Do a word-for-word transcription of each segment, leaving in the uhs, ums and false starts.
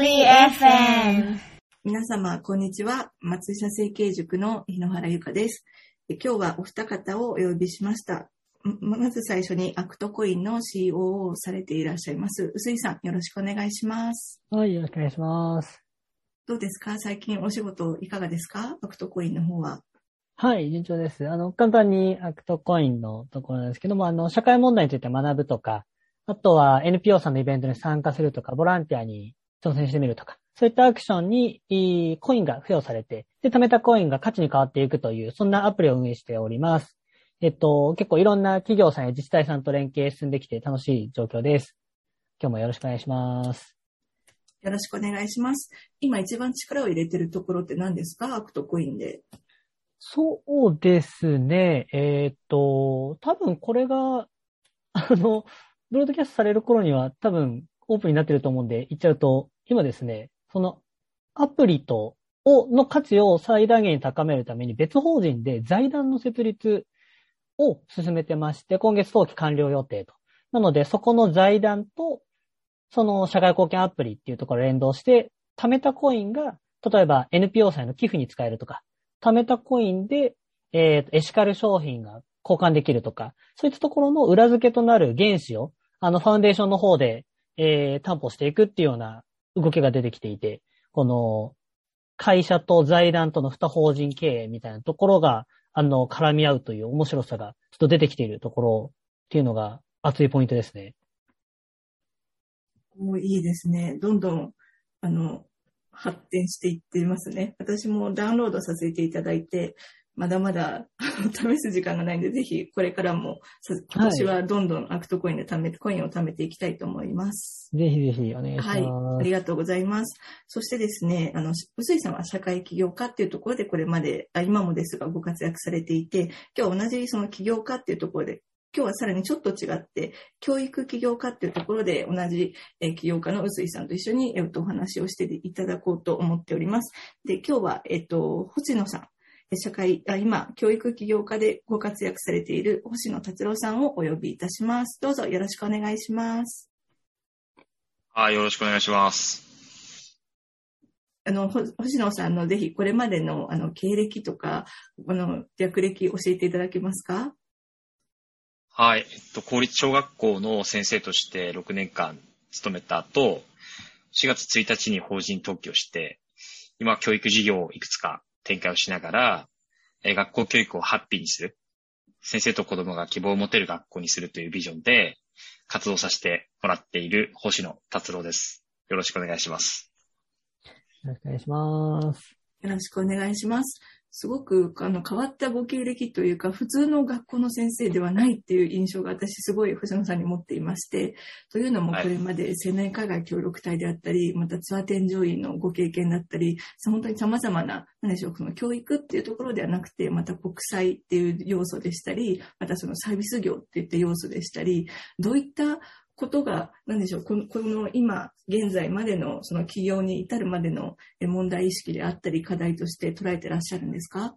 リー エフエム。 皆様、こんにちは。松下整形塾の日野原由香です。今日はお二方をお呼びしました。まず最初にアクトコインの シーオーオー をされていらっしゃいます、臼井さん、よろしくお願いします。 はい、よろしくお願いします。 どうですか？最近お仕事いかがですか？アクトコインの方は。 はい、順調です。あの、簡単にアクトコインのところなんですけども、あの、社会問題について学ぶとか、あとは エヌピーオー さんのイベントに参加するとか、ボランティアに挑戦してみるとか、そういったアクションにコインが付与されて、で、貯めたコインが価値に変わっていくという、そんなアプリを運営しております。えっと、結構いろんな企業さんや自治体さんと連携進んできて楽しい状況です。今日もよろしくお願いします。 よろしくお願いします。今一番力を入れてるところって何ですか？アクトコインで。 そうですね。えっと、多分これが、あの、ブロードキャストされる頃には多分オープンになってると思うんで、言っちゃうと、今ですね、そのアプリと、を、の価値を最大限に高めるために別法人で財団の設立を進めてまして、今月登記完了予定と。なので、そこの財団と、その社会貢献アプリっていうところを連動して、貯めたコインが、例えば エヌピーオー さんへの寄付に使えるとか、貯めたコインで、えー、エシカル商品が交換できるとか、そういったところの裏付けとなる原資を、あの、ファウンデーションの方で、えー、担保していくっていうような動きが出てきていて、この、会社と財団との二法人経営みたいなところが、あの、絡み合うという面白さがちょっと出てきているところっていうのが熱いポイントですね。 お、いいですね。どんどん、あの、発展していっていますね。私もダウンロードさせていただいて、まだまだ試す時間がないんで、ぜひこれからも今年はどんどんアクトコインで貯めて、コインを貯めていきたいと思います。 ぜひぜひお願いします。はい、 ありがとうございます。そしてですね、あの、臼井さんは社会起業家っていうところでこれまで、あ今もですがご活躍されていて、今日は同じその起業家っていうところで、今日はさらにちょっと違って、教育起業家っていうところで同じ起業家の臼井さんと一緒に、えっと、お話をしていただこうと思っております。で、今日は、えっと、星野さん。社会あ今、教育起業家でご活躍されている星野達郎さんをお呼びいたします。どうぞよろしくお願いします。 はい、よろしくお願いします。 あの、星野さんのぜひこれまでのあの経歴とか、あの、略歴教えていただけますか？ はい、えっと、公立小学校の先生としてろくねんかん勤めた後、しがつついたちに法人登記をして、今、教育事業をいくつか展開をしながら、え学校教育をハッピーにする、先生と子供が希望を持てる学校にするというビジョンで活動させてもらっている星野達郎です。よろしくお願いします。 よろしくお願いします。 よろしくお願いします。すごくあの変わったご経歴というか、普通の学校の先生ではないっていう印象が私すごい星野さんに持っていまして、というのもこれまで青年海外協力隊であったり、またツアー添乗員のご経験だったり、本当に様々な、何でしょう、その教育っていうところではなくて、また国際っていう要素でしたり、またそのサービス業っていった要素でしたり、どういったことが、何でしょう、この、この今、現在までの、その企業に至るまでの問題意識であったり、課題として捉えてらっしゃるんですか？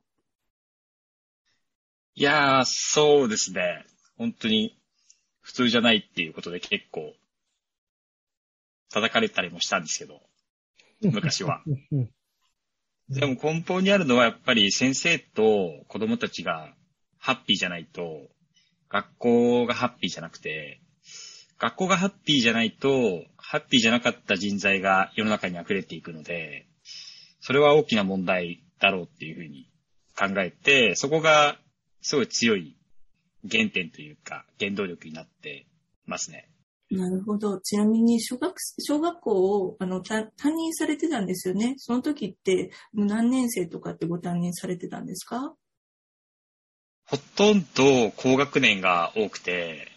いやー、そうですね。本当に普通じゃないっていうことで結構、叩かれたりもしたんですけど、昔は。でも根本にあるのはやっぱり先生と子供たちがハッピーじゃないと、学校がハッピーじゃなくて、学校がハッピーじゃないと、ハッピーじゃなかった人材が世の中に溢れていくので、それは大きな問題だろうっていうふうに考えて、そこがすごい強い原点というか、原動力になってますね。 なるほど。ちなみに小学、小学校をあの担任されてたんですよね。その時って何年生とかってご担任されてたんですか？ ほとんど高学年が多くて、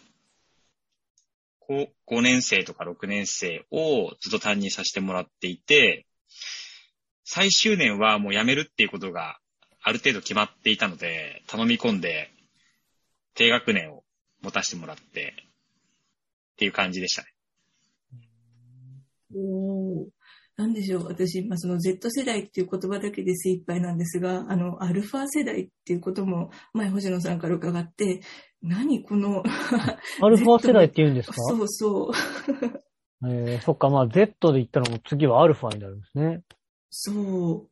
ごねん生とかろくねん生をずっと担任させてもらっていて、最終年はもう辞めるっていうことがある程度決まっていたので、頼み込んで低学年を持たせてもらってっていう感じでしたね。 おー、なんでしょう。私、今その Z 世代っていう言葉だけで精一杯なんですが、あの、アルファ世代っていうことも前星野さんから伺って、何このアルファ世代って言うんですか？ そうそう。 えー、そっか、まあ Z で言ったらもう次はアルファになるんですね。 そう。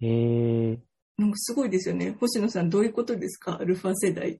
えー、 なんかすごいですよね。星野さん、どういうことですか？アルファ世代って。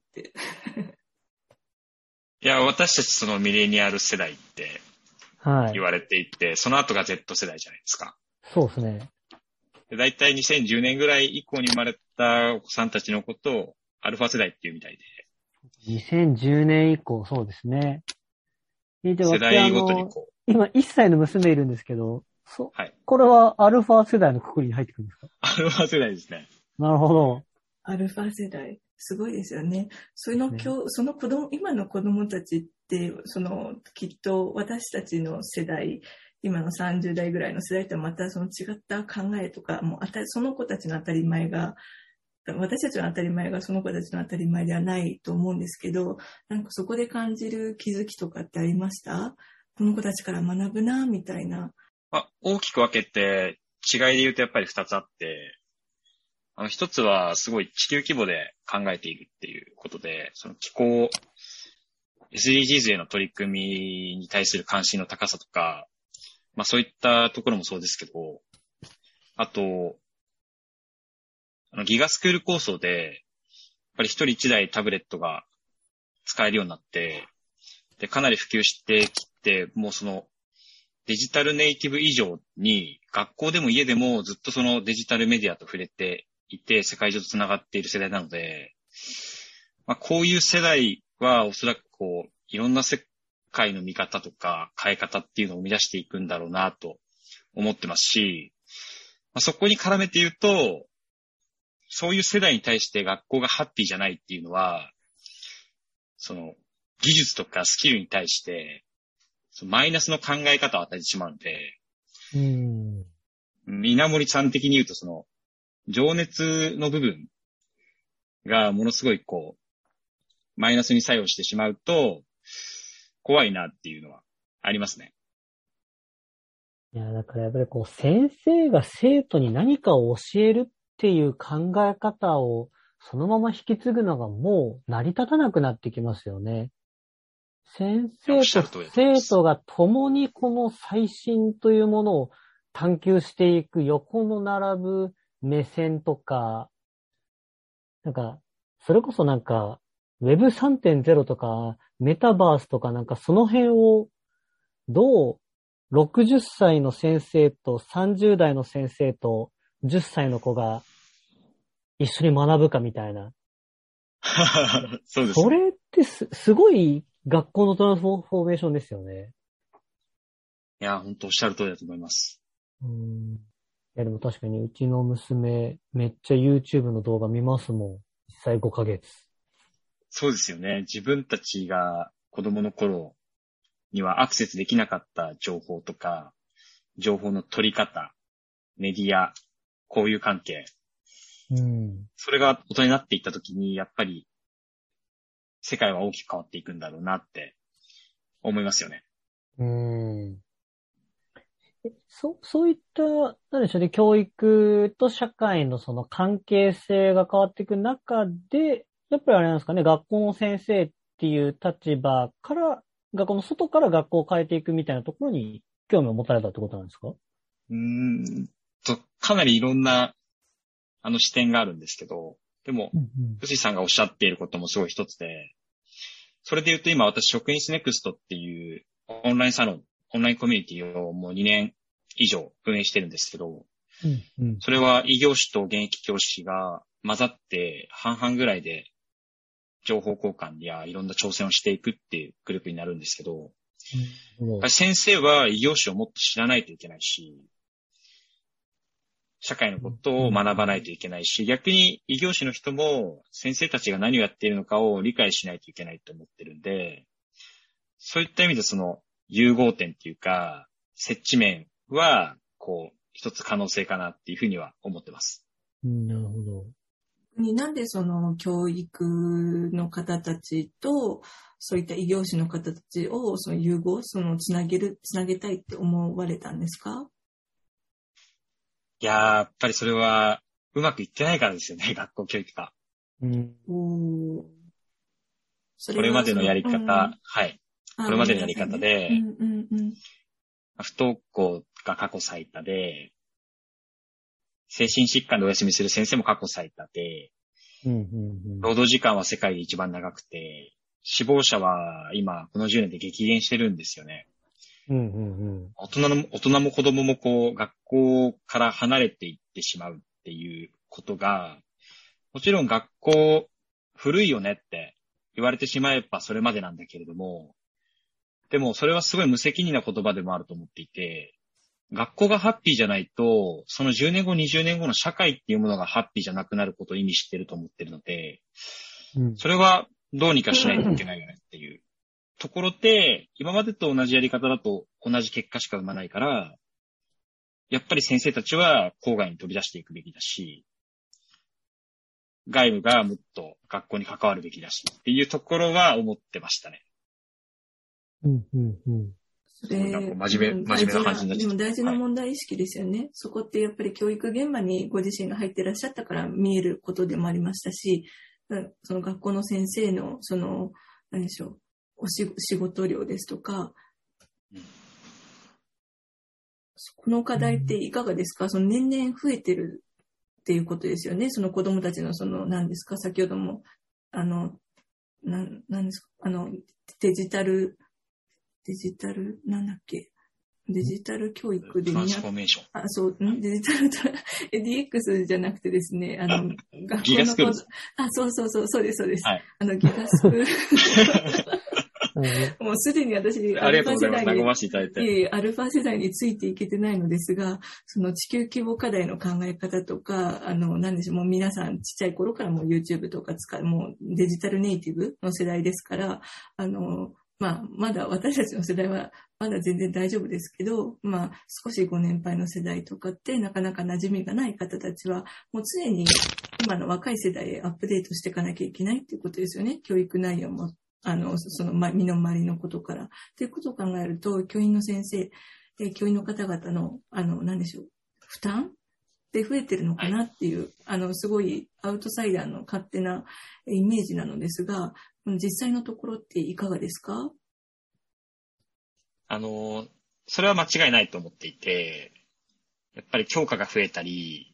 いや、私たちそのミレニアル世代ってはい。 言われていて、その後が Z 世代じゃないですか。 そうですね。 で、だいたいにせんじゅうねんぐらい以降に生まれたお子さんたちのことをアルファ世代っていうみたいで、 にせんじゅうねん以降、そうですね。えで、 世私、あ代ごとにの、 こう、 今いっさいの娘いるんですけど、そ、 はい。 これはアルファ世代のくくりに入ってくるんですか？ アルファ世代ですね。 なるほど。 アルファ世代。すごいですよね。その、 ね、 その子供、今の子供たちって、その、きっと私たちの世代、今のさんじゅう代ぐらいの世代とはまたその違った考えとか、もうあた、その子たちの当たり前が、私たちの当たり前がその子たちの当たり前ではないと思うんですけど、なんかそこで感じる気づきとかってありました？この子たちから学ぶな、みたいな。 まあ、大きく分けて、違いで言うとやっぱり二つあって、あの、一つはすごい地球規模で考えているっていうことで、その気候、エスディージーズ への取り組みに対する関心の高さとか、まあそういったところもそうですけど、あと、あのギガスクール構想で、やっぱり一人一台タブレットが使えるようになって、で、かなり普及してきて、もうそのデジタルネイティブ以上に、学校でも家でもずっとそのデジタルメディアと触れていて、世界中と繋がっている世代なので、まあこういう世代はおそらくこう、いろんな世界の見方とか変え方っていうのを生み出していくんだろうなと思ってますし、まあ、そこに絡めて言うと、そういう世代に対して学校がハッピーじゃないっていうのは、その技術とかスキルに対してそのマイナスの考え方を与えてしまうので、 うん。 稲森さん的に言うとその情熱の部分がものすごいこう、マイナスに作用してしまうと、怖いなっていうのはありますね。 いや、だからやっぱりこう、先生が生徒に何かを教えるっていう考え方をそのまま引き継ぐのがもう成り立たなくなってきますよね。先生と生徒が共にこの最新というものを探求していく横の並ぶ目線とか、なんか、それこそなんか、ウェブさんてんゼロ とか、メタバースとかなんかその辺をどうろくじゅっさいの先生とさんじゅう代の先生とじゅっさいの子が一緒に学ぶかみたいな。 そうですね。 それってす、すごい学校のトランスフォーメーションですよね。 いや、本当おっしゃる通りだと思います。 うん。いや、でも確かにうちの娘、めっちゃ YouTube の動画見ますもん。いっさいごかげつ。 そうですよね。自分たちが子供の頃にはアクセスできなかった情報とか、情報の取り方、メディア、交友関係。 うん。 それが大人になっていったときに、やっぱり世界は大きく変わっていくんだろうなって思いますよね。 うん。そ、そういった、なんでしょうね、教育と社会のその関係性が変わっていく中で、やっぱりあれなんですかね、学校の先生っていう立場から、学校の外から学校を変えていくみたいなところに興味を持たれたってことなんですか？ うーんと、かなりいろんな、あの視点があるんですけど、でも、藤井さんがおっしゃっていることもすごい一つで、それで言うと今私、職員スネクストっていうオンラインサロン、オンラインコミュニティをもうにねん以上運営してるんですけど、 うんうん、 それは異業種と現役教師が混ざって半々ぐらいで情報交換やいろんな挑戦をしていくっていうグループになるんですけど、うん、やっぱり先生は異業種をもっと知らないといけないし、社会のことを学ばないといけないし、逆に異業種の人も先生たちが何をやっているのかを理解しないといけないと思ってるんで、そういった意味でその融合点っていうか、接地面は、こう、一つ可能性かなっていうふうには思ってます。 うん、なるほど。 なんでその教育の方たちと、そういった異業種の方たちをその融合、そのつなげる、つなげたいって思われたんですか？ いやー、やっぱりそれはうまくいってないからですよね、学校教育が。 うん、 おそれこれまでのやり方、うん、はい。これまでのやり方で、うんうんうん、 不登校が過去最多で、精神疾患でお休みする先生も過去最多で、 うんうんうん、 労働時間は世界で一番長くて、死亡者は今このじゅうねんで激減してるんですよね。 うんうんうん、 大人の、大人も子供もこう、学校から離れていってしまうっていうことが、もちろん学校古いよねって言われてしまえばそれまでなんだけれども、でもそれはすごい無責任な言葉でもあると思っていて、学校がハッピーじゃないと、そのじゅうねんご、にじゅうねんごの社会っていうものがハッピーじゃなくなることを意味してると思ってるので、 うん、 それはどうにかしないといけないよねっていうところで、今までと同じやり方だと同じ結果しか生まないから、やっぱり先生たちは校外に飛び出していくべきだし、外部がもっと学校に関わるべきだしっていうところは思ってましたね。 うんうんうん。 それ、 なんか真面目、真面目な感じになっちゃった。 でも大事な問題意識ですよね。はい、そこってやっぱり教育現場にご自身が入っていらっしゃったから見えることでもありましたし、その学校の先生の、その、何でしょう、おし仕事量ですとか、うん、この課題っていかがですか？その年々増えてるっていうことですよね。その子供たちのその何ですか、先ほどもあのななんですか、あのデジタルデジタルなんだっけデジタル教育でトランスフォーメーション。 あ、そう、デジタルトラ、ディーエックス じゃなくてですね、あの、 学校のスクール。 あ、そうそうそう、そうです、そうです。 はい、 あの、ギガスクール。もうすでに私、 ありがとうございます。和ましていただいて。 いえ、アルファ世代についていけてないのですが、その地球規模課題の考え方とか、あの、なんでしょう、もう皆さんちっちゃい頃からもう YouTube とか使う、もうデジタルネイティブの世代ですから、あの、まあ、まだ私たちの世代はまだ全然大丈夫ですけど、まあ、少しご年配の世代とかってなかなか馴染みがない方たちは、もう常に今の若い世代へアップデートしていかなきゃいけないっていうことですよね。教育内容も、あの、その、身の回りのことから。ということを考えると、教員の先生、教員の方々の、あの、何でしょう、負担で増えてるのかなっていう、はい、あの、すごいアウトサイダーの勝手なイメージなのですが、実際のところっていかがですか？ あの、それは間違いないと思っていて、やっぱり教科が増えたり、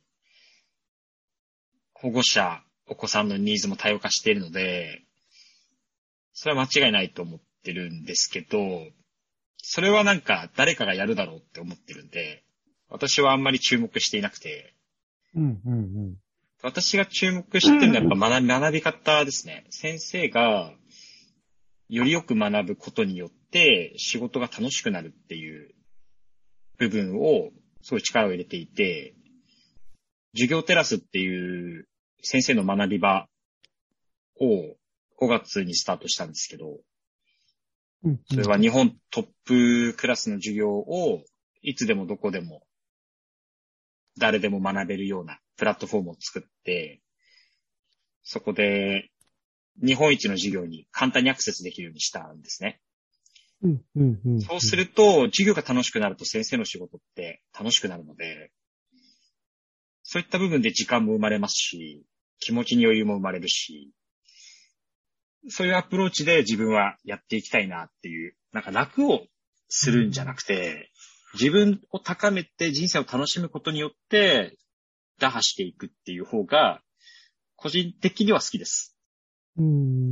保護者、お子さんのニーズも多様化しているので、それは間違いないと思ってるんですけど、それはなんか誰かがやるだろうって思ってるんで、私はあんまり注目していなくて、 うんうんうん、 私が注目してるのはやっぱ学び、学び方ですね。先生がよりよく学ぶことによって仕事が楽しくなるっていう部分をすごい力を入れていて、授業テラスっていう先生の学び場をごがつにスタートしたんですけど、それは日本トップクラスの授業をいつでもどこでも誰でも学べるようなプラットフォームを作って、そこで日本一の授業に簡単にアクセスできるようにしたんですね。 うんうんうん、 そうすると、授業が楽しくなると先生の仕事って楽しくなるので、そういった部分で時間も生まれますし、気持ちに余裕も生まれるし、そういうアプローチで自分はやっていきたいなっていう、なんか楽をするんじゃなくて、自分を高めて人生を楽しむことによって打破していくっていう方が、個人的には好きです。 うん。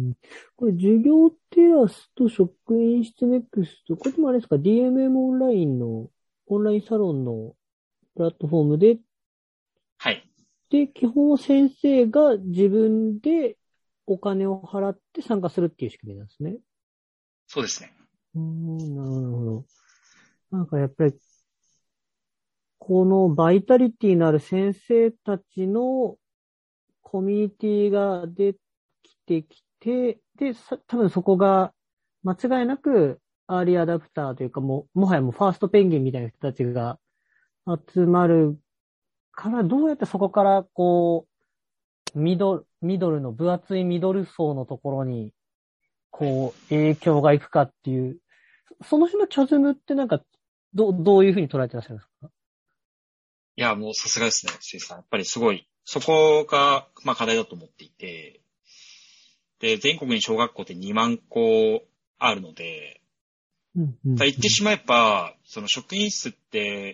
これ、授業テラスと職員室ネクスト、これもあれですか、ディーエムエム オンラインの、オンラインサロンのプラットフォームで、 はい。 で、基本は先生が自分でお金を払って参加するっていう仕組みなんですね。 そうですね。 うーん、なるほど。なんかやっぱり、このバイタリティのある先生たちのコミュニティが出てきて、で、多分そこが間違いなくアーリーアダプターというかもう、もはやもうファーストペンギンみたいな人たちが集まるから、どうやってそこからこう、ミド、ミドルの分厚いミドル層のところに、こう、影響がいくかっていう、その辺のチャズムってなんか、どう、どういうふうに捉えてらっしゃるんですか？ いや、もうさすがですね、シュウさん。やっぱりすごい、そこが、まあ課題だと思っていて、で、全国に小学校ってにまんこあるので、 うんうん、 言ってしまえば、その職員室って、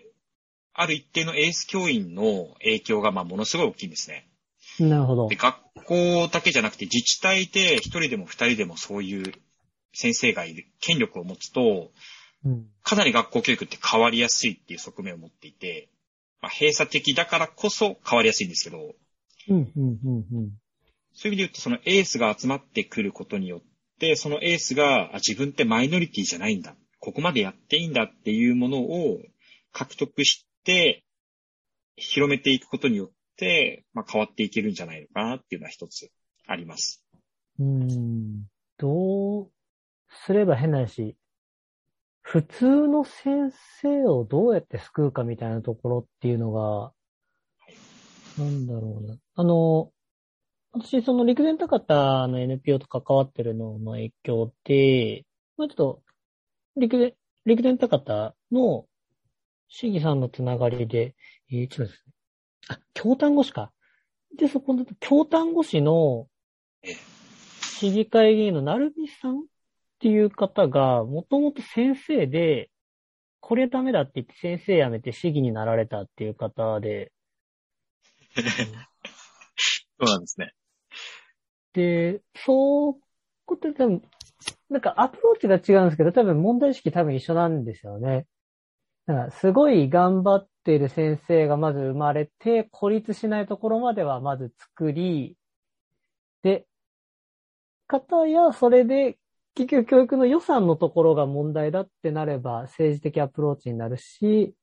ある一定のエース教員の影響がまあものすごい大きいんですね。 なるほど。 で、学校だけじゃなくて自治体で一人でも二人でもそういう先生がいる、権力を持つと、 うん、 かなり学校教育って変わりやすいっていう側面を持っていて、まあ、閉鎖的だからこそ変わりやすいんですけど、 うんうんうんうん、 そういう意味で言うとそのエースが集まってくることによって、そのエースがあ自分ってマイノリティじゃないんだ。ここまでやっていいんだっていうものを獲得して広めていくことによって、まあ、変わっていけるんじゃないのかなっていうのは一つあります。 うーん。どうすれば変な話、普通の先生をどうやって救うかみたいなところっていうのが、なんだろうな。あの、私、その陸前高田の エヌピーオー と関わってるのの影響で、まあちょっと、陸前、陸前高田の市議さんのつながりで、えー、ちょっとですね。あ、京丹後市か。で、そこの、京丹後市の市議会議員の成美さんっていう方が、もともと先生で、これダメだって言って先生辞めて市議になられたっていう方で、 そうなんですね。 で、そうこと多分、なんかアプローチが違うんですけど、多分問題意識多分一緒なんですよね。だからすごい頑張っている先生がまず生まれて、孤立しないところまではまず作り、で、方やそれで結局教育の予算のところが問題だってなれば政治的アプローチになるし、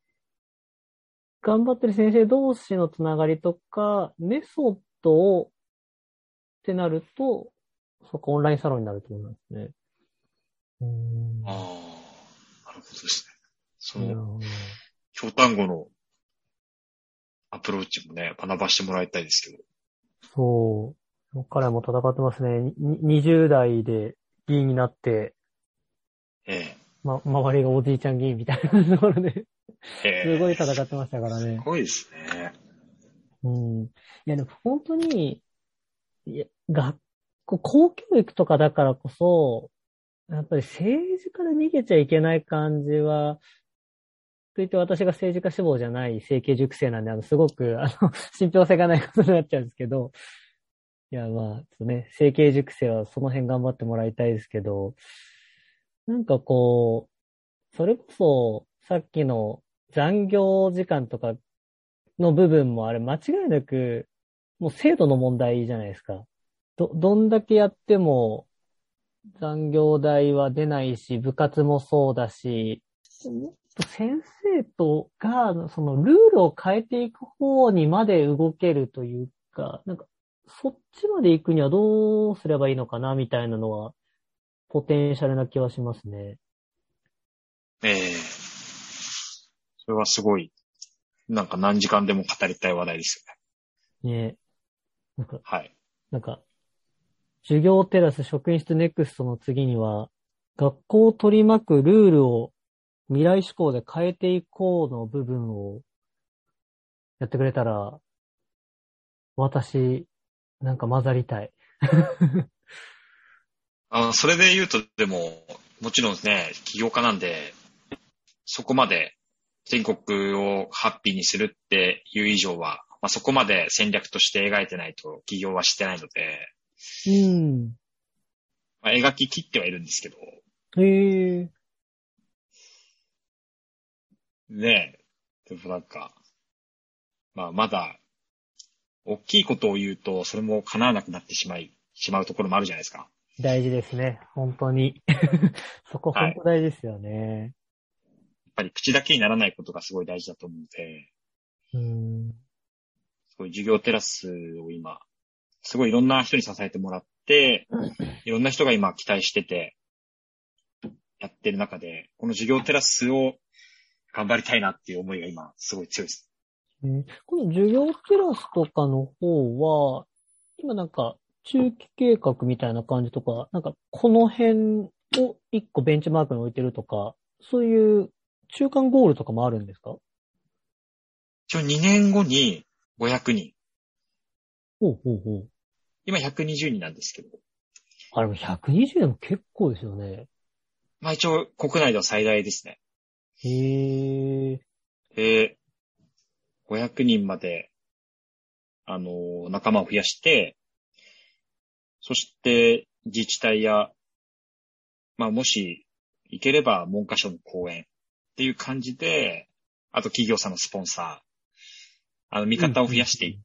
頑張ってる先生同士のつながりとか、メソッドをってなると、そっか、オンラインサロンになると思いますね。うーん。 ああ、なるほどですね。そなるの、 ほど。 京丹後のアプローチもね、学ばしてもらいたいですけど。 そう。彼も戦ってますね。ににじゅう代で議員になって、 ええ。 ま、周りがおじいちゃん議員みたいなところで、 ええ。 すごい戦ってましたからね。 すごいですね。 うん。いや、でも本当に、いや、学校、公教育とかだからこそ、やっぱり政治から逃げちゃいけない感じは、といって私が政治家志望じゃない整形塾生なんで、あの、すごく、あの、信憑性がないことになっちゃうんですけど、いや、まあ、ちょっとね、整形塾生はその辺頑張ってもらいたいですけど、なんかこう、それこそ、さっきの残業時間とかの部分もあれ間違いなく、もう制度の問題じゃないですか。ど、どんだけやっても残業代は出ないし、部活もそうだし、もっと先生とが、そのルールを変えていく方にまで動けるというか、なんか、そっちまで行くにはどうすればいいのかな、みたいなのは、ポテンシャルな気はしますね。 ええ。それはすごい、なんか何時間でも語りたい話題ですよね。 ね。なんか、 はい。 なんか、授業テラス職員室ネクストの次には、学校を取り巻くルールを未来志向で変えていこうの部分をやってくれたら、私、なんか混ざりたい。 あの、それで言うと、でも、もちろんですね、起業家なんで、そこまで全国をハッピーにするっていう以上は、まあ、そこまで戦略として描いてないと起業はしてないので、 うん。 まあ、描き切ってはいるんですけど、 へえ。 ねえ、でもなんか、まあ、まだ、大きいことを言うと、それも叶わなくなってしまい、しまうところもあるじゃないですか。 大事ですね。本当に。そこはい。 本当大事ですよね。 やっぱり口だけにならないことがすごい大事だと思うので、 うん。 すごい授業テラスを今、すごいいろんな人に支えてもらって、いろんな人が今期待してて、やってる中で、この授業テラスを頑張りたいなっていう思いが今、すごい強いです。 えーこの授業テラスとかの方は、今なんか中期計画みたいな感じとか、なんかこの辺を一個ベンチマークに置いてるとか、そういう中間ゴールとかもあるんですか？ 一応にねんごにごひゃくにん。 ほうほうほう。 今ひゃくにじゅうにんなんですけど。 あれもひゃくにじゅうでも結構ですよね。 まあ一応国内では最大ですね。 へえ。 で、ごひゃくにんまで、あの、仲間を増やして、そして自治体や、まあもし行ければ文科省の講演っていう感じで、あと企業さんのスポンサー、あの、見方を増やしていって、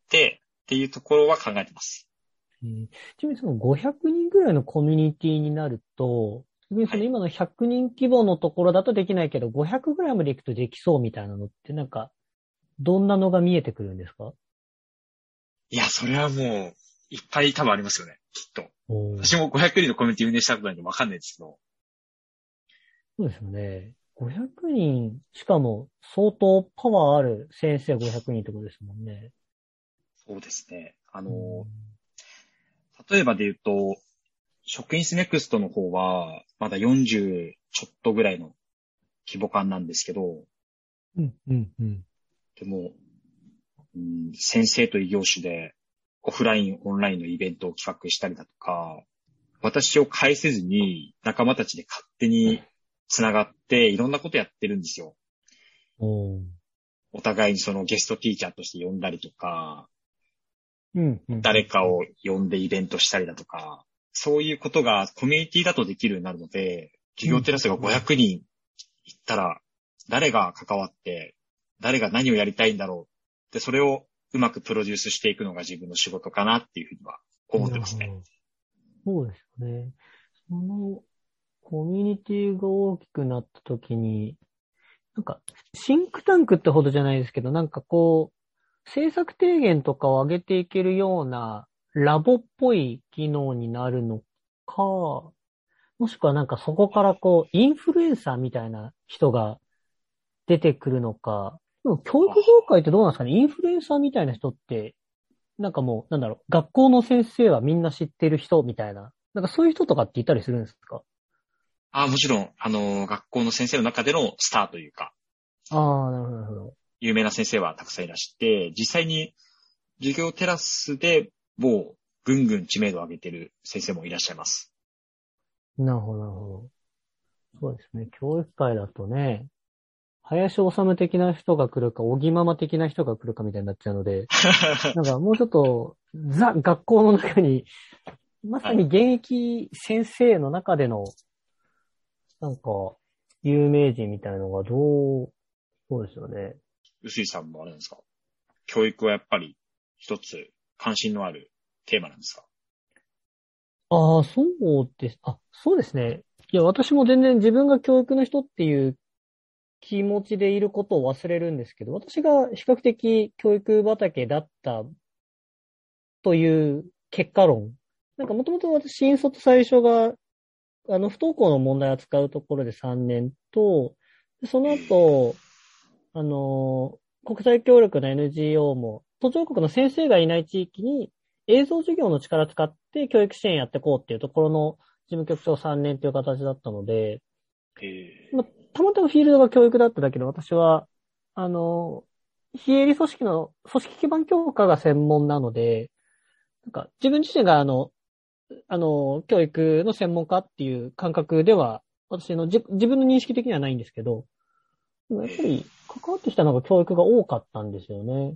っていうところは考えてます。 えーちなみにそのごひゃくにんぐらいのコミュニティになると、その今のひゃくにん規模のところだとできないけど、ごひゃくぐらいまで行くとできそうみたいなのってなんか、どんなのが見えてくるんですか？ いや、それはもう、いっぱい多分ありますよね、きっと。 おー私もごひゃくにんのコミュニティ運営したことないんでわかんないですけど。 そうですよね。ごひゃくにん、しかも相当パワーある先生ごひゃくにんってことですもんね。 そうですね。あうの、 ん例えばで言うと、職員室ネクストの方は、まだよんじゅうちょっとぐらいの規模感なんですけど、 うん、うん、うん。 でも、うん、先生と異業種でオフライン、オンラインのイベントを企画したりだとか、私を介せずに仲間たちで勝手に繋がっていろんなことやってるんですよ。 おーお互いにそのゲストティーチャーとして呼んだりとか、 うんうん、 誰かを呼んでイベントしたりだとか、そういうことがコミュニティだとできるようになるので、授業テラスがごひゃくにん行ったら、誰が関わって、誰が何をやりたいんだろう。で、それをうまくプロデュースしていくのが自分の仕事かなっていうふうには思ってますね。 そうですね。そのコミュニティが大きくなったときに、なんか、シンクタンクってほどじゃないですけど、なんかこう、政策提言とかを上げていけるようなラボっぽい機能になるのか、もしくはなんかそこからこう、インフルエンサーみたいな人が出てくるのか、でも教育業界ってどうなんですかね？インフルエンサーみたいな人って、なんかもう、なんだろう、学校の先生はみんな知ってる人みたいな、なんかそういう人とかっていたりするんですか？ ああ、もちろん、あの、学校の先生の中でのスターというか、 ああ、なるほど、なるほど。 有名な先生はたくさんいらして、実際に授業テラスで某ぐんぐん知名度を上げてる先生もいらっしゃいます。 なるほど、なるほど。そうですね。教育界だとね、林修的な人が来るか、小木ママ的な人が来るかみたいになっちゃうので、なんかもうちょっと、ザ、学校の中に、まさに現役先生の中での、なんか、有名人みたいなのがどう、そうですよね。 臼井さんもあれなんですか？教育はやっぱり一つ関心のあるテーマなんですか？ ああ、そうです。あ、そうですね。いや、私も全然自分が教育の人っていう気持ちでいることを忘れるんですけど、私が比較的教育畑だったという結果論。なんかもともと私、新卒最初が、あの、不登校の問題を扱うところでさんねんと、その後、あの、国際協力の エヌジーオー も、途上国の先生がいない地域に映像授業の力を使って教育支援やっていこうっていうところの事務局長さんねんという形だったので、まあ、たまたまフィールドが教育だっただけで、私は、あの、非営利組織の組織基盤強化が専門なので、なんか自分自身があの、あの、教育の専門家っていう感覚では、私のじ自分の認識的にはないんですけど、でもやっぱり関わってきたのが教育が多かったんですよね。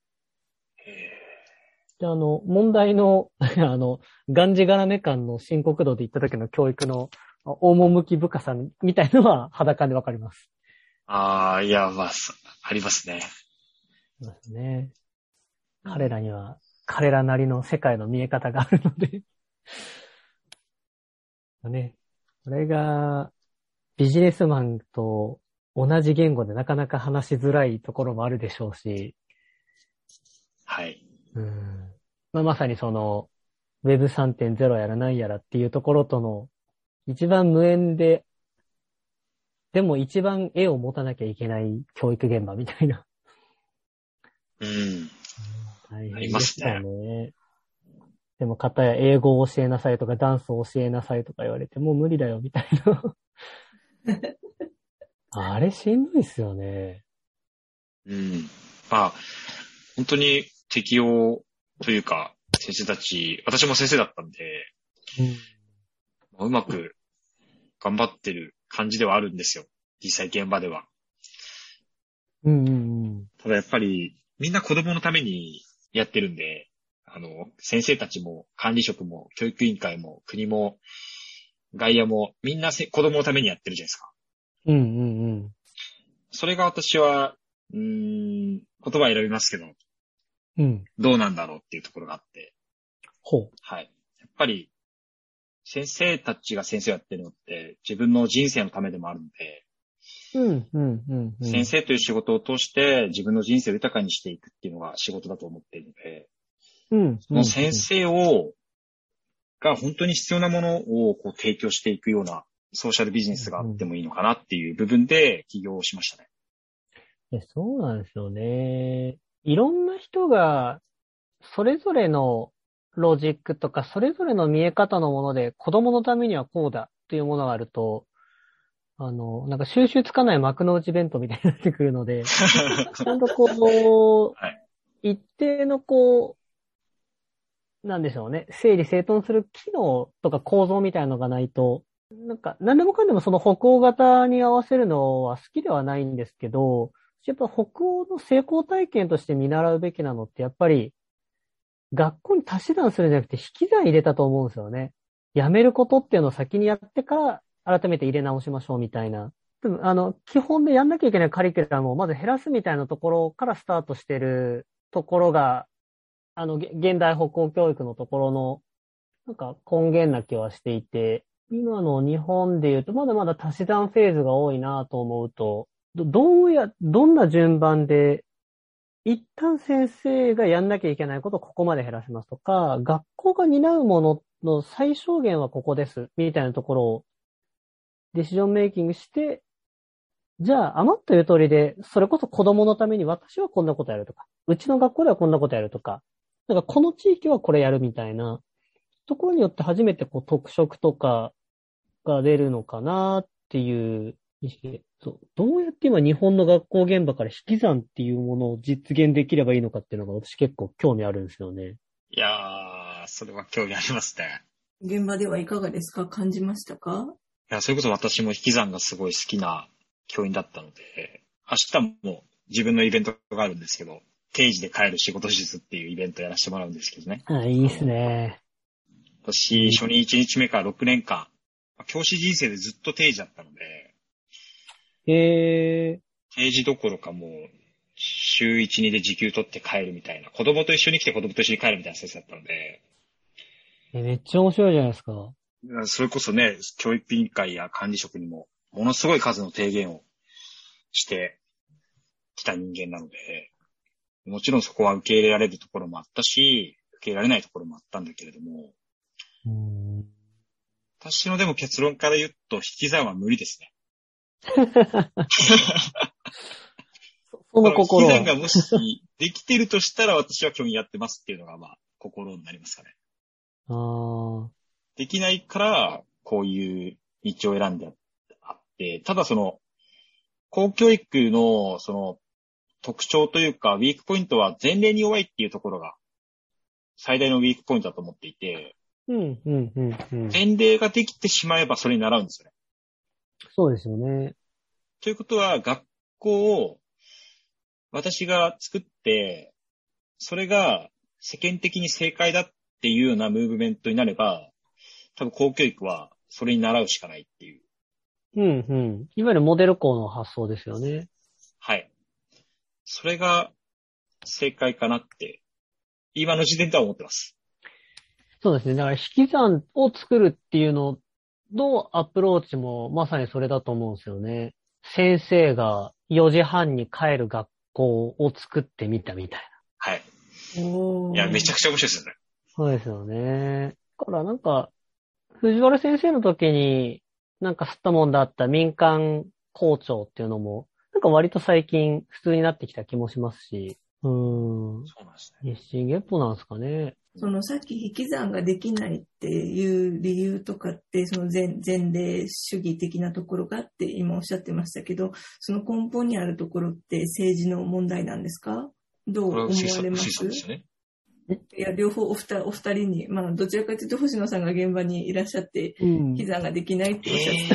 で、あの、問題の、あの、がんじがらめ感の深刻度で言った時の教育の趣深さみたいのは裸でわかります。 ああ、いや、まあ、ありますね。 そうですね。彼らには、彼らなりの世界の見え方があるので。ね。これが、ビジネスマンと同じ言語でなかなか話しづらいところもあるでしょうし。 はい。 うんまあ、まさにその、ウェブさんてんゼロ やら何やらっていうところとの、一番無縁で、でも一番絵を持たなきゃいけない教育現場みたいな。 うん。 大変ありますね。 ね。でも、片や英語を教えなさいとか、ダンスを教えなさいとか言われて、もう無理だよ、みたいな。あれしんどいっすよね。 うん。まあ、本当に適応というか、先生たち、私も先生だったんで、 うん、 うまく頑張ってる感じではあるんですよ。実際現場では。 うんうんうん。 ただやっぱり、みんな子供のためにやってるんで、あの、先生たちも管理職も教育委員会も国も外野もみんなせ子供のためにやってるじゃないですか。 うんうんうん。 それが私は、うーん、言葉選びますけど、 うん。 どうなんだろうっていうところがあって。 ほう。 はい。やっぱり、先生たちが先生をやってるのって自分の人生のためでもあるので、 うんうんうんうん。 先生という仕事を通して自分の人生を豊かにしていくっていうのが仕事だと思っているので、 うん。 その先生を、が本当に必要なものをこう提供していくようなソーシャルビジネスがあってもいいのかなっていう部分で起業をしましたね。 いや、そうなんですよね。いろんな人がそれぞれのロジックとかそれぞれの見え方のもので子供のためにはこうだっていうものがあると、あの、なんか収集つかない幕の内弁当みたいになってくるので、ちゃんとこう、 はい、 一定のこう、なんでしょうね、整理整頓する機能とか構造みたいなのがないと、なんか何でもかんでもその北欧型に合わせるのは好きではないんですけど、やっぱ北欧の成功体験として見習うべきなのってやっぱり学校に足し算するんじゃなくて引き算入れたと思うんですよね。やめることっていうのを先にやってから改めて入れ直しましょうみたいな。でもあの、基本でやんなきゃいけないカリキュラムをまず減らすみたいなところからスタートしてるところが、あの、現代北欧教育のところの、なんか根源な気はしていて、今の日本で言うとまだまだ足し算フェーズが多いなと思うと、ど、どうや、どんな順番で一旦先生がやんなきゃいけないことをここまで減らしますとか、学校が担うものの最小限はここです、みたいなところをディシジョンメイキングして、じゃあ余ったゆとりで、それこそ子供のために私はこんなことやるとか、うちの学校ではこんなことやるとか、なんかこの地域はこれやるみたいなところによって初めてこう特色とかが出るのかなっていう意識で、そうどうやって今日本の学校現場から引き算っていうものを実現できればいいのかっていうのが私結構興味あるんですよね。 いやー、それは興味ありますね。 現場ではいかがですか？感じましたか？ いや、それこそ私も引き算がすごい好きな教員だったので、明日も自分のイベントがあるんですけど、定時で帰る仕事術っていうイベントやらせてもらうんですけどね。 あ、いいっすね。 私、初日いちにちめからろくねんかん、教師人生でずっと定時だったので、 へー。 定時どころかもう、週いち、にで時給取って帰るみたいな、子供と一緒に来て子供と一緒に帰るみたいな先生だったので、 え、めっちゃ面白いじゃないですか。 それこそね、教育委員会や管理職にも、ものすごい数の提言をしてきた人間なので、もちろんそこは受け入れられるところもあったし、受け入れられないところもあったんだけれども、 うーん私のでも結論から言うと、引き算は無理ですね。 そ, その心は。 引き算がもしできてるとしたら私は興味やってますっていうのがまあ心になりますかね。 あーできないからこういう道を選んであって、ただその公教育のその特徴というかウィークポイントは前例に弱いっていうところが最大のウィークポイントだと思っていて、 うんうんうんうん。 前例ができてしまえばそれに習うんですよね。 そうですよね。 ということは学校を私が作って、それが世間的に正解だっていうようなムーブメントになれば、多分公教育はそれに習うしかないっていう。 うんうん。いわゆるモデル校の発想ですよね。 はい。それが正解かなって、今の時点では思ってます。 そうですね。だから引き算を作るっていうののアプローチもまさにそれだと思うんですよね。先生がよじはんに帰る学校を作ってみたみたいはい。 おー。 いや、めちゃくちゃ面白いですよね。 そうですよね。だからなんか、藤原先生の時になんか吸ったもんだった民間校長っていうのも、なんか割と最近普通になってきた気もしますし、うーん。 そうなんですね。 日進月歩なんですかね。 そのさっき引き算ができないっていう理由とかって、その前、前例主義的なところがあって今おっしゃってましたけど、その根本にあるところって政治の問題なんですか？どう思われます？ ですよね。 いや、両方お二お二人に、まあ、どちらかというと星野さんが現場にいらっしゃって、 うん、 引き算ができないっておっしゃってたんで、 えー、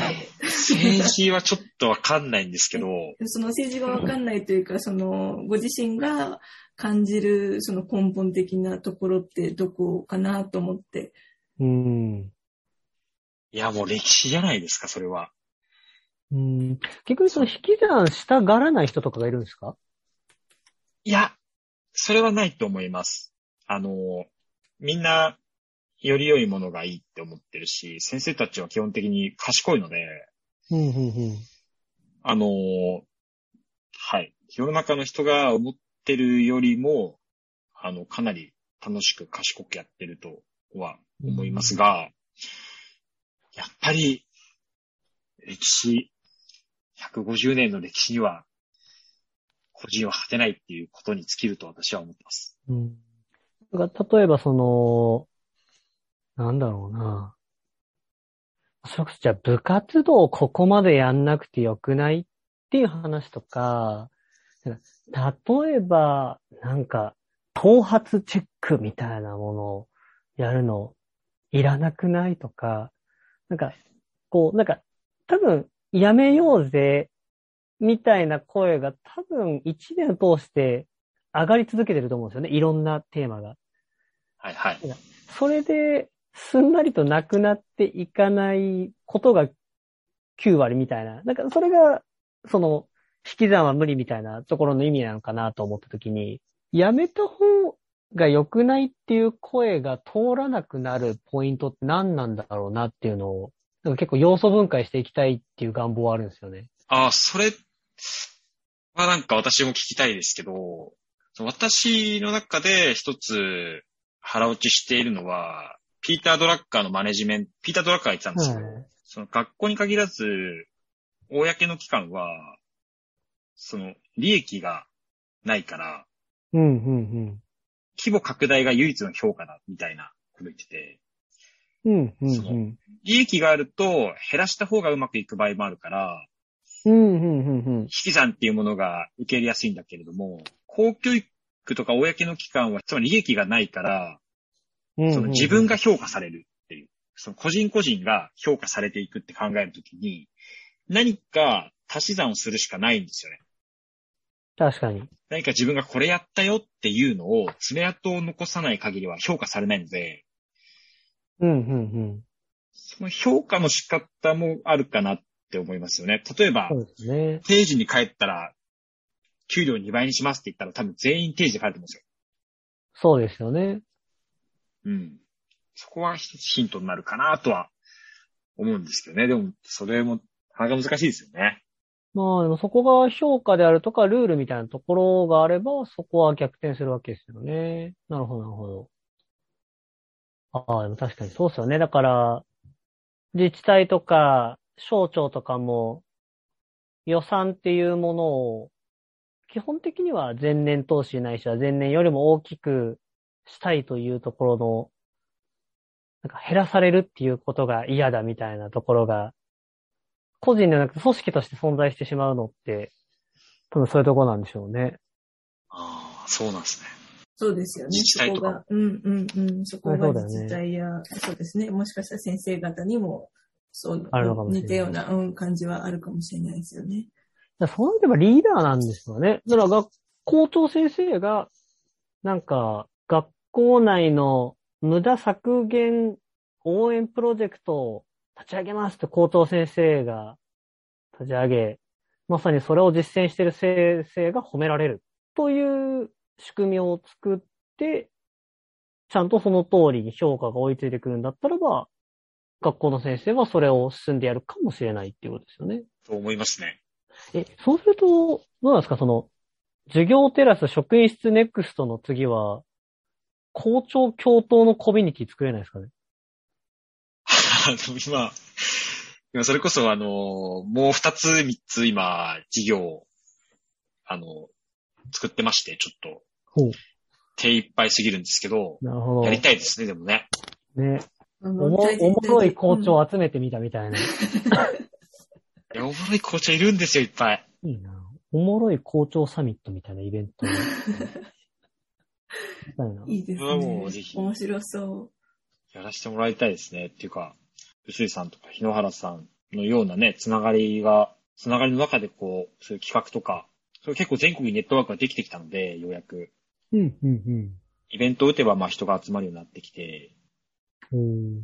政治はちょっとわかんないんですけど。 その政治がわかんないというか、その、ご自身が感じる、その根本的なところってどこかなと思って。 うん。 いや、もう歴史じゃないですか、それは。 うん。結局その引き算したがらない人とかがいるんですか？ いや、それはないと思います。あの、みんな、より良いものがいいって思ってるし、先生たちは基本的に賢いので、 うんうんうん、 あの、はい。世の中の人が思ってるよりも、あの、かなり楽しく賢くやってるとは思いますが、うん、やっぱり、歴史、ひゃくごじゅうねんの歴史には、個人は果てないっていうことに尽きると私は思ってます。 うん。だから例えばその、なんだろうな。それこそじゃあ部活動をここまでやんなくてよくないっていう話とか、例えば、なんか、頭髪チェックみたいなものをやるのいらなくないとか、なんか、こう、なんか、多分、やめようぜ、みたいな声が多分一年通して上がり続けてると思うんですよね。いろんなテーマが。 はいはい。 それで、すんなりとなくなっていかないことがきゅうわりみたいな。なんか、それが、その、引き算は無理みたいなところの意味なのかなと思ったときに、やめた方が良くないっていう声が通らなくなるポイントって何なんだろうなっていうのを、なんか結構要素分解していきたいっていう願望はあるんですよね。 ああ、それはなんか私も聞きたいですけど、私の中で一つ腹落ちしているのは、ピーター・ドラッカーのマネジメント、ピーター・ドラッカーが言ってたんですけど、はい、その学校に限らず、公の機関は、その利益がないから、 うんうんうん、 規模拡大が唯一の評価だみたいなこと言ってて、 うんうんうん、 その利益があると減らした方がうまくいく場合もあるから、 うんうんうんうん、 引き算っていうものが受け入れやすいんだけれども、公教育とか公の機関はつまり利益がないから、 うんうんうん、 その自分が評価されるっていう、その個人個人が評価されていくって考えるときに、何か足し算をするしかないんですよね。 確かに。 何か自分がこれやったよっていうのを爪痕を残さない限りは評価されないので、 うんうんうん、 その評価の仕方もあるかなって思いますよね。例えば、 そうですね、 定時に帰ったら給料にばいにしますって言ったら多分全員定時で帰ると思うんですよ。 そうですよね。 うん。そこは一つヒントになるかなとは思うんですけどね。でも、それもなかなか難しいですよね。 まあでもそこが評価であるとかルールみたいなところがあれば、そこは逆転するわけですよね。なるほど、なるほど。ああ、でも確かにそうですよね。だから、自治体とか省庁とかも予算っていうものを基本的には前年投資ないしは前年よりも大きくしたいというところの、なんか減らされるっていうことが嫌だみたいなところが、個人ではなくて組織として存在してしまうのって、多分そういうところなんでしょうね。 ああ、そうなんですね。 そうですよね。 自治体とか。 そこが、うんうんうん。そこが自治体や、そう、ね、そうですね。もしかしたら先生方にも、そう、似たような、うん、感じはあるかもしれないですよね。 そうなればリーダーなんですよね。だから学校長先生が、なんか、学校内の無駄削減応援プロジェクトを立ち上げますって校長先生が立ち上げ、まさにそれを実践している先生が褒められるという仕組みを作って、ちゃんとその通りに評価が追いついてくるんだったらば、学校の先生はそれを進んでやるかもしれないっていうことですよね。 そう思いますね。 え、そうすると、どうなんですかその、授業テラス職員室ネクストの次は、校長教頭のコミュニティ作れないですかね今、今それこそあの、もう二つ三つ今、事業を、あの、作ってまして、ちょっと、 ほう手いっぱいすぎるんですけど、 なるほど。 やりたいですね、でもね。 ね。おも、おもろい校長を集めてみたみたいな。いや、おもろい校長いるんですよ、いっぱい。 いいな。おもろい校長サミットみたいなイベント。 いいですね。もうぜひ。面白そう。 やらせてもらいたいですね。っていうか、臼井さんとか日野原さんのようなね、つながりが、つながりの中でこう、そういう企画とか、それ結構全国にネットワークができてきたので、ようやく。 うん、うん、うん。 イベントを打てば、まあ人が集まるようになってきて、 うん、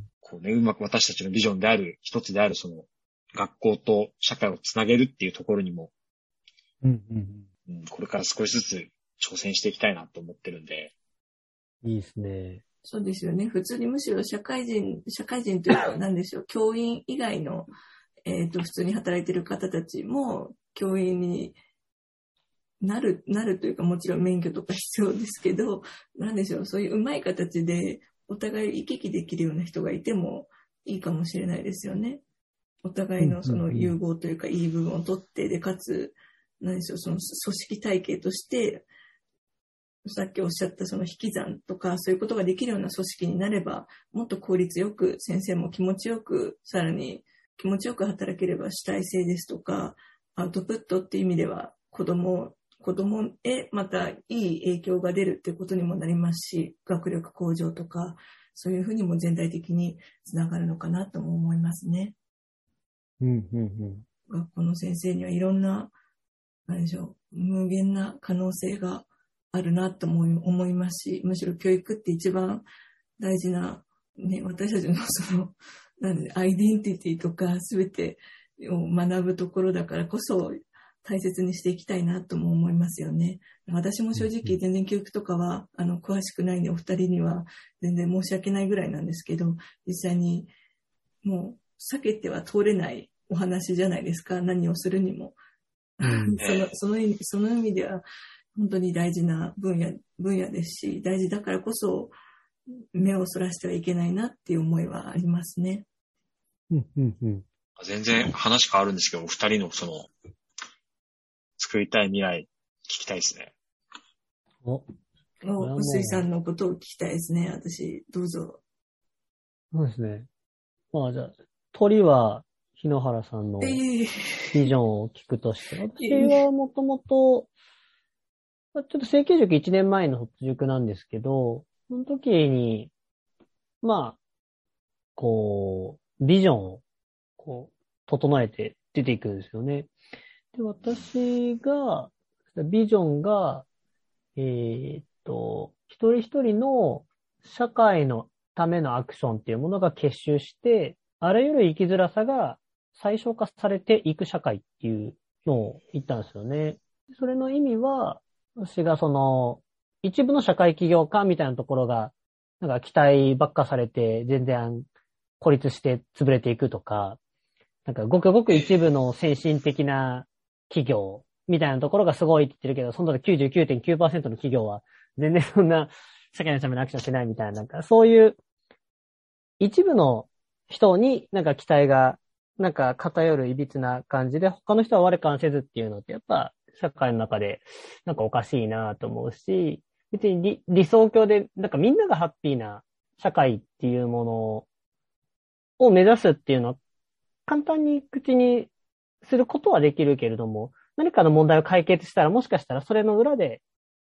こうね、うまく私たちのビジョンである、一つである、その、学校と社会をつなげるっていうところにも、 うん、うん。 うん、これから少しずつ挑戦していきたいなと思ってるんで。 いいですね。 そうですよね。普通にむしろ社会人、社会人というか何でしょう、教員以外の、えっと、普通に働いている方たちも教員になる、なるというかもちろん免許とか必要ですけど、何でしょう、そういううまい形でお互い行き来できるような人がいてもいいかもしれないですよね。お互いのその融合というかいい部分を取って、で、かつ、何でしょう、その組織体系として、さっきおっしゃったその引き算とかそういうことができるような組織になれば、もっと効率よく先生も気持ちよく、さらに気持ちよく働ければ主体性ですとか、アウトプットっていう意味では子供、子供へまたいい影響が出るっていうことにもなりますし、学力向上とか、そういうふうにも全体的につながるのかなとも思いますね。 うんうんうん、 学校の先生にはいろんな、何でしょう、無限な可能性があるなと思い、思いますし、むしろ教育って一番大事な、ね、私たちのその、なんで、アイデンティティとかすべてを学ぶところだからこそ大切にしていきたいなとも思いますよね。私も正直全然教育とかはあの詳しくないんでお二人には全然申し訳ないぐらいなんですけど、実際にもう避けては通れないお話じゃないですか、何をするにも。うん、その、その意味、その意味では本当に大事な分野、分野ですし、大事だからこそ目をそらしてはいけないなっていう思いはありますね。 うんうんうん、 全然話変わるんですけど、お二人のその、作りたい未来聞きたいですね。 お、臼井さんのことを聞きたいですね。私、どうぞ。 そうですね。まあじゃあ、鳥は日野原さんのビジョンを聞くとして、えー、私はもともと、ちょっと成形塾いちねんまえの卒塾なんですけど、その時に、まあ、こう、ビジョンを、こう、整えて出ていくんですよね。で、私が、ビジョンが、えー、っと、一人一人の社会のためのアクションっていうものが結集して、あらゆる生きづらさが最小化されていく社会っていうのを言ったんですよね。それの意味は、私がその、一部の社会起業家みたいなところが、なんか期待ばっかされて、全然孤立して潰れていくとか、なんかごくごく一部の先進的な企業みたいなところがすごいって言ってるけど、その きゅうじゅうきゅうてんきゅうパーセント の企業は全然そんな社会のためのアクションしないみたいな、なんかそういう一部の人になんか期待がなんか偏る歪な感じで、他の人は我関せずっていうのってやっぱ社会の中でなんかおかしいなと思うし、別に 理, 理想郷でなんかみんながハッピーな社会っていうものを目指すっていうのは簡単に口にすることはできるけれども、何かの問題を解決したらもしかしたらそれの裏で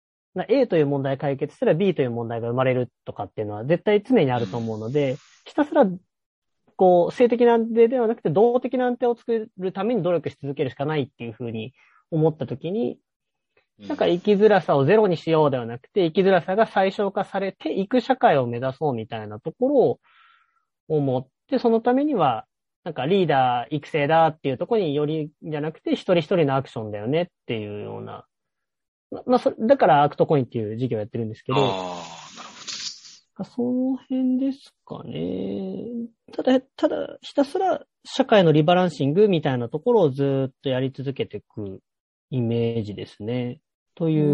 A という問題を解決したら B という問題が生まれるとかっていうのは絶対常にあると思うので、ひたすらこう性的な安定ではなくて動的な安定を作るために努力し続けるしかないっていうふうに思ったときに、なんか生きづらさをゼロにしようではなくて、生きづらさが最小化されていく社会を目指そうみたいなところを思って、そのためにはなんかリーダー育成だっていうところによりじゃなくて一人一人のアクションだよねっていうような。まあ、そだからアークトコインっていう事業をやってるんですけど。ああ、なるほど。その辺ですかね。ただ、ただ、ひたすら社会のリバランシングみたいなところをずっとやり続けていくイメージですね。という、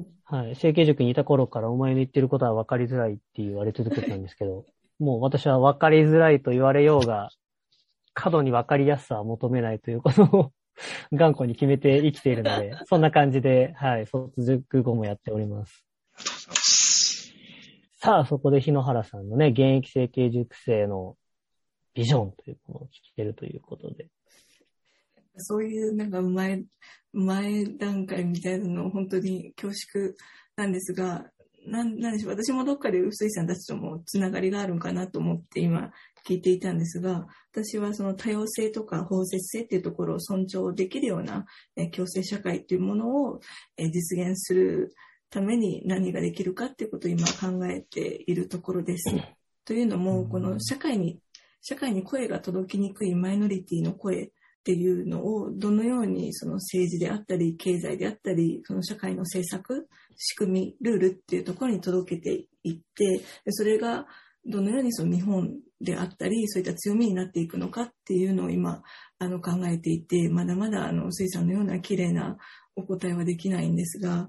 はい。成形塾にいた頃からお前の言ってることは分かりづらいって言われ続けてたんですけど、もう私は分かりづらいと言われようが、過度に分かりやすさは求めないということを頑固に決めて生きているので、そんな感じで、はい、卒塾後もやっております。さあ、そこで日野原さんのね、現役成形塾生のビジョンというものを聞けるということで。 そういうなんか前、前段階みたいなの本当に恐縮なんですが、 なん、なんでしょう。私もどっかで臼井さんたちともつながりがあるんかなと思って今聞いていたんですが、私はその多様性とか包摂性っていうところを尊重できるような、えー、共生社会っていうものを、えー、実現するために何ができるかっていうことを今考えているところです。というのも、この社会に、社会に声が届きにくいマイノリティの声っていうのをどのようにその政治であったり経済であったりその社会の政策仕組みルールっていうところに届けていってそれがどのようにその日本であったりそういった強みになっていくのかっていうのを今あの考えていてまだまだあの臼井さんのような綺麗なお答えはできないんですが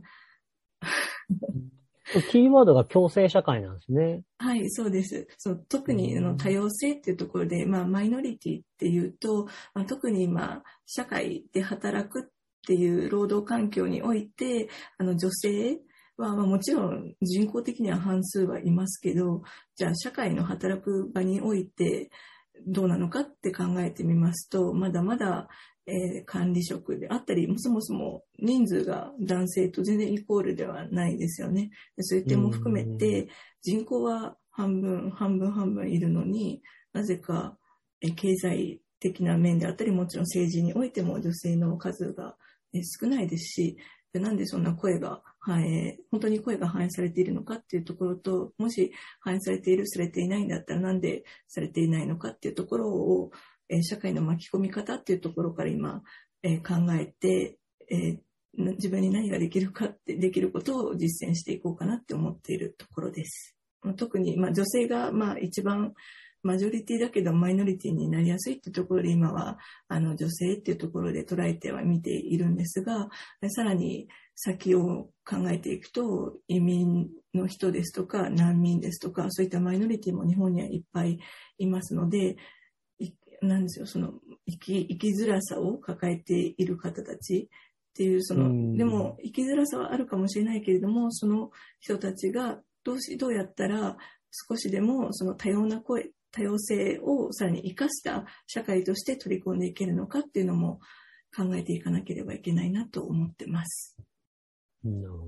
キーワードが共生社会なんですね。 はい、そうです。そう特にあの多様性っていうところで、まあ、マイノリティっていうと、まあ、特に今、社会で働くっていう労働環境において、あの女性は、まあ、もちろん人口的には半数はいますけど、じゃあ社会の働く場においてどうなのかって考えてみますと、まだまだえー、管理職であったり、そもそも人数が男性と全然イコールではないですよね。そういう点も含めて、人口は半分、半分半分いるのに、なぜか、えー、経済的な面であったり、もちろん政治においても女性の数が、えー、少ないですし、でなんでそんな声が反映、本当に声が反映されているのかっていうところと、もし反映されている、されていないんだったらなんでされていないのかっていうところを、社会の巻き込み方っていうところから今、えー、考えて、えー、自分に何ができるかってできることを実践していこうかなって思っているところです。特に、まあ、女性が、まあ、一番マジョリティだけどマイノリティになりやすいっていうところで今はあの女性っていうところで捉えては見ているんですが、さらに先を考えていくと移民の人ですとか難民ですとかそういったマイノリティも日本にはいっぱいいますので、なんですよ、その生き、生きづらさを抱えている方たちっていう、その、でも生きづらさはあるかもしれないけれども、その人たちがどうし、どうやったら少しでもその多様な声、多様性をさらに生かした社会として取り込んでいけるのかっていうのも考えていかなければいけないなと思ってます。 なるほど。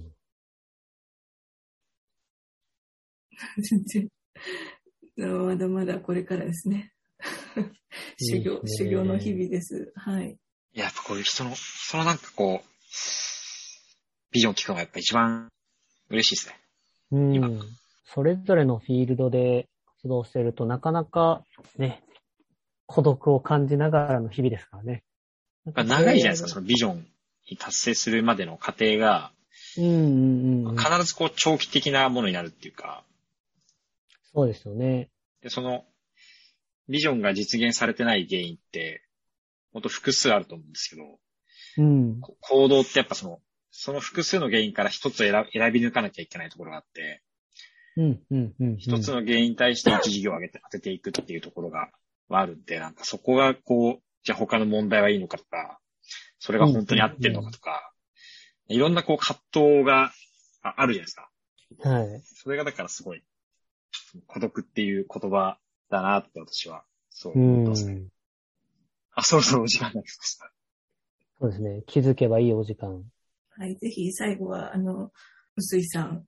全然、まだまだこれからですね。修行、いい修行の日々です。はい。 いや、やっぱこういう人の、そのなんかこう、ビジョンを聞くのがやっぱ一番嬉しいですね。 うん。それぞれのフィールドで活動してるとなかなかね、孤独を感じながらの日々ですからね。 長いじゃないですか、そのビジョンに達成するまでの過程が、 うんうんうん、 必ずこう長期的なものになるっていうか。 そうですよね。 で、その、ビジョンが実現されてない原因って、もっと複数あると思うんですけど、 うん、 行動ってやっぱその、その複数の原因から一つ選選び抜かなきゃいけないところがあって、 うんうんうんうん、 一つの原因に対して一事業を上げて当てていくっていうところがあるんで、なんかそこがこう、じゃあ他の問題はいいのかとか、それが本当に合ってるのかとか、うんうんうん、いろんなこう葛藤があるじゃないですか。 はい。 それがだからすごい、孤独っていう言葉だなって私はそう思いますね。あ、そろそろお時間になりました。 そうですね。気づけばいいお時間。 はい、ぜひ最後は、あの、臼井さん。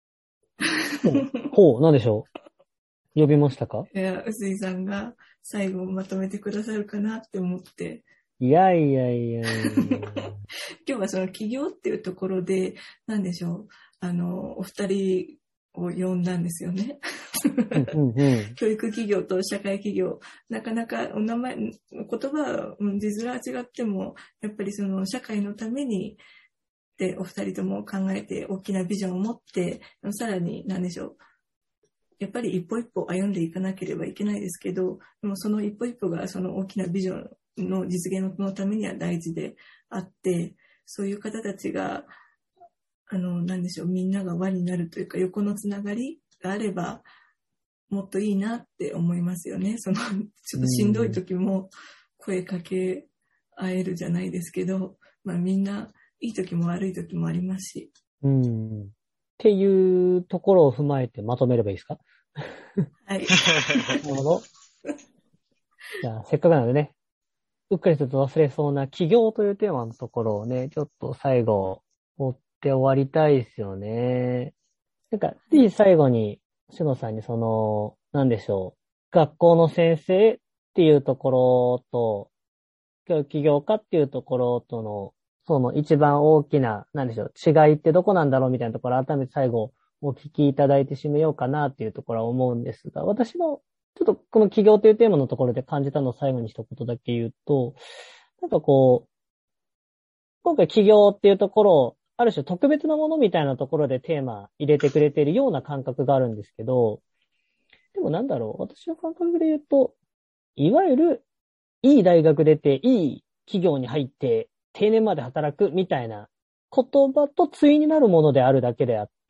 ほう、なんでしょう。呼びましたか？ いや、臼井さんが最後まとめてくださるかなって思って。 いやいやいやいや。 今日はその起業っていうところで、なんでしょう。あの、お二人を呼んだんですよね。 うんうんうん、 教育企業と社会企業、なかなかお名前、言葉は字面は違っても、やっぱりその社会のために、で、お二人とも考えて大きなビジョンを持って、さらに何でしょう。やっぱり一歩一歩歩んでいかなければいけないですけど、でもその一歩一歩がその大きなビジョンの実現のためには大事であって、そういう方たちが、あの、何でしょう、みんなが輪になるというか、横のつながりがあれば、もっといいなって思いますよね。その、ちょっとしんどい時も声かけ合えるじゃないですけど、まあみんないい時も悪い時もありますし。 うん。っていうところを踏まえてまとめればいいですか？ はい。 なるほど。じゃあ、せっかくなのでね、うっかりすると忘れそうな起業というテーマのところをね、ちょっと最後、追って終わりたいですよね。 なんか、ぜひ最後に、しのさんにその、なんでしょう。学校の先生っていうところと、起業家っていうところとの、その一番大きな、なんでしょう、違いってどこなんだろうみたいなところ、改めて最後お聞きいただいて締めようかなっていうところは思うんですが、私の、ちょっとこの起業というテーマのところで感じたのを最後に一言だけ言うと、なんかこう、今回起業っていうところを、ある種特別なものみたいなところでテーマ入れてくれているような感覚があるんですけど、でもなんだろう、私の感覚で言うと、いわゆるいい大学出て、いい企業に入って、定年まで働くみたいな言葉と対になるものであるだけであって、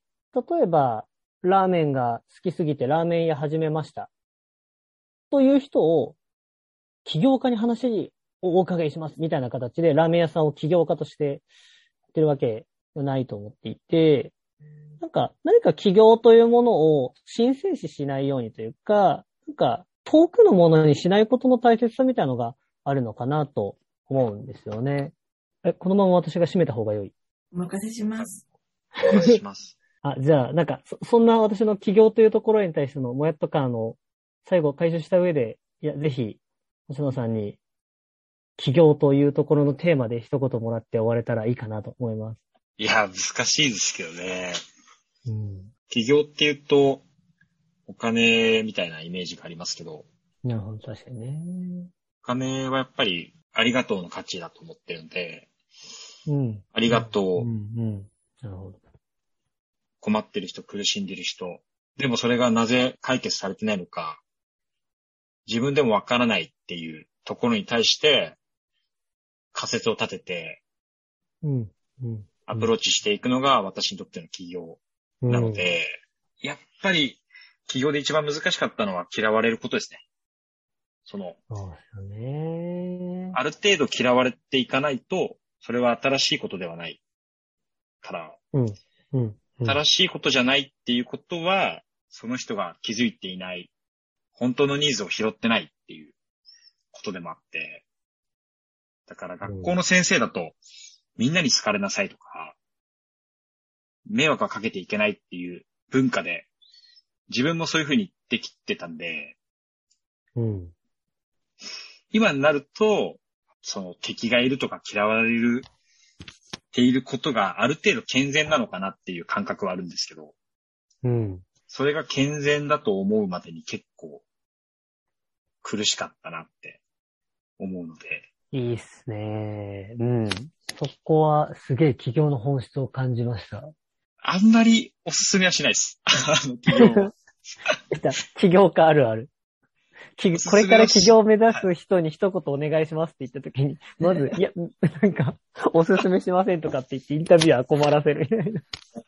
例えば、ラーメンが好きすぎてラーメン屋始めました。という人を、起業家に話をお伺いしますみたいな形で、ラーメン屋さんを起業家としてやってるわけじゃないと思っていて、なんか、何か起業というものを神聖視しないようにというか、なんか、遠くのものにしないことの大切さみたいなのがあるのかなと思うんですよね。え、このまま私が締めた方が良い？ お任せします。 お任せします。 あ、じゃあ、なんか、そ、そんな私の起業というところに対してのもやっと感を最後回収した上で、いや、ぜひ、星野さんに起業というところのテーマで一言もらって終われたらいいかなと思います。 いや、難しいですけどね。 うん。 起業って言うと、お金みたいなイメージがありますけど。 なるほど、確かにね。 お金はやっぱりありがとうの価値だと思ってるんで、 うん。 ありがとう。 うん、うん。なるほど。 困ってる人、苦しんでる人。でもそれがなぜ解決されてないのか、自分でもわからないっていうところに対して、仮説を立てて、 うん、うん。 アプローチしていくのが私にとっての起業なので、うん、やっぱり起業で一番難しかったのは嫌われることですね。その、 そうですよね。 ある程度嫌われていかないと、それは新しいことではないから、 うんうん、 新しいことじゃないっていうことは、その人が気づいていない、本当のニーズを拾ってないっていうことでもあって、だから学校の先生だと、うん、みんなに好かれなさいとか、迷惑はかけていけないっていう文化で、自分もそういうふうにできてたんで、 うん、 今になると、その敵がいるとか嫌われるっていることがある程度健全なのかなっていう感覚はあるんですけど、 うん、それが健全だと思うまでに結構苦しかったなって思うので。 いいっすね。うん。そこはすげえ起業の本質を感じました。 あんまりおすすめはしないです。あの起業は。 起業家あるある。これから起業を目指す人に一言お願いしますって言ったときに、まず、いや、なんか、おすすめしませんとかって言ってインタビュアー困らせるみたいな。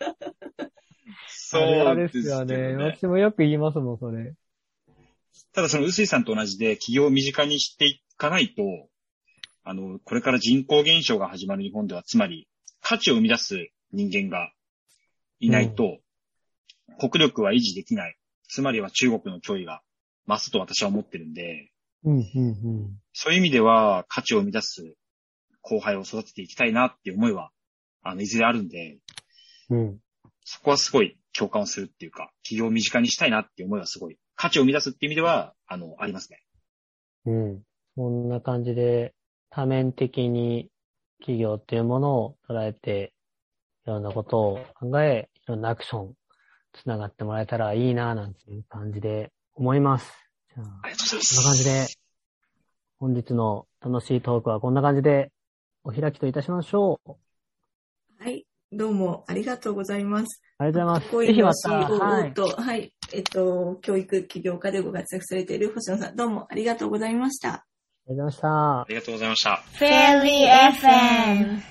そうですよね。私もよく言いますもん、それ。 ただその臼井さんと同じで起業を身近にしていかないと、あの、これから人口減少が始まる日本では、つまり価値を生み出す人間がいないと、うん、国力は維持できない。つまりは中国の脅威が増すと私は思ってるんで、 うんうんうん、 そういう意味では価値を生み出す後輩を育てていきたいなっていう思いは、あの、いずれあるんで、 うん、 そこはすごい共感をするっていうか、企業を身近にしたいなっていう思いはすごい、価値を生み出すっていう意味では、あの、ありますね。 うん。そんな感じで、多面的に企業っていうものを捉えて、いろんなことを考え、いろんなアクション、つながってもらえたらいいな、なんていう感じで思います。 じゃあ、ありがとうございます。 こんな感じで、本日の楽しいトークはこんな感じでお開きといたしましょう。 はい。どうもありがとうございます。 ありがとうございます。 ぜひまた。シーオーオー と、はい、はい。えっと、教育起業家でご活躍されている星野さん、どうもありがとうございました。 ありがとうございました。 ありがとうございました。 フェアリー エフエム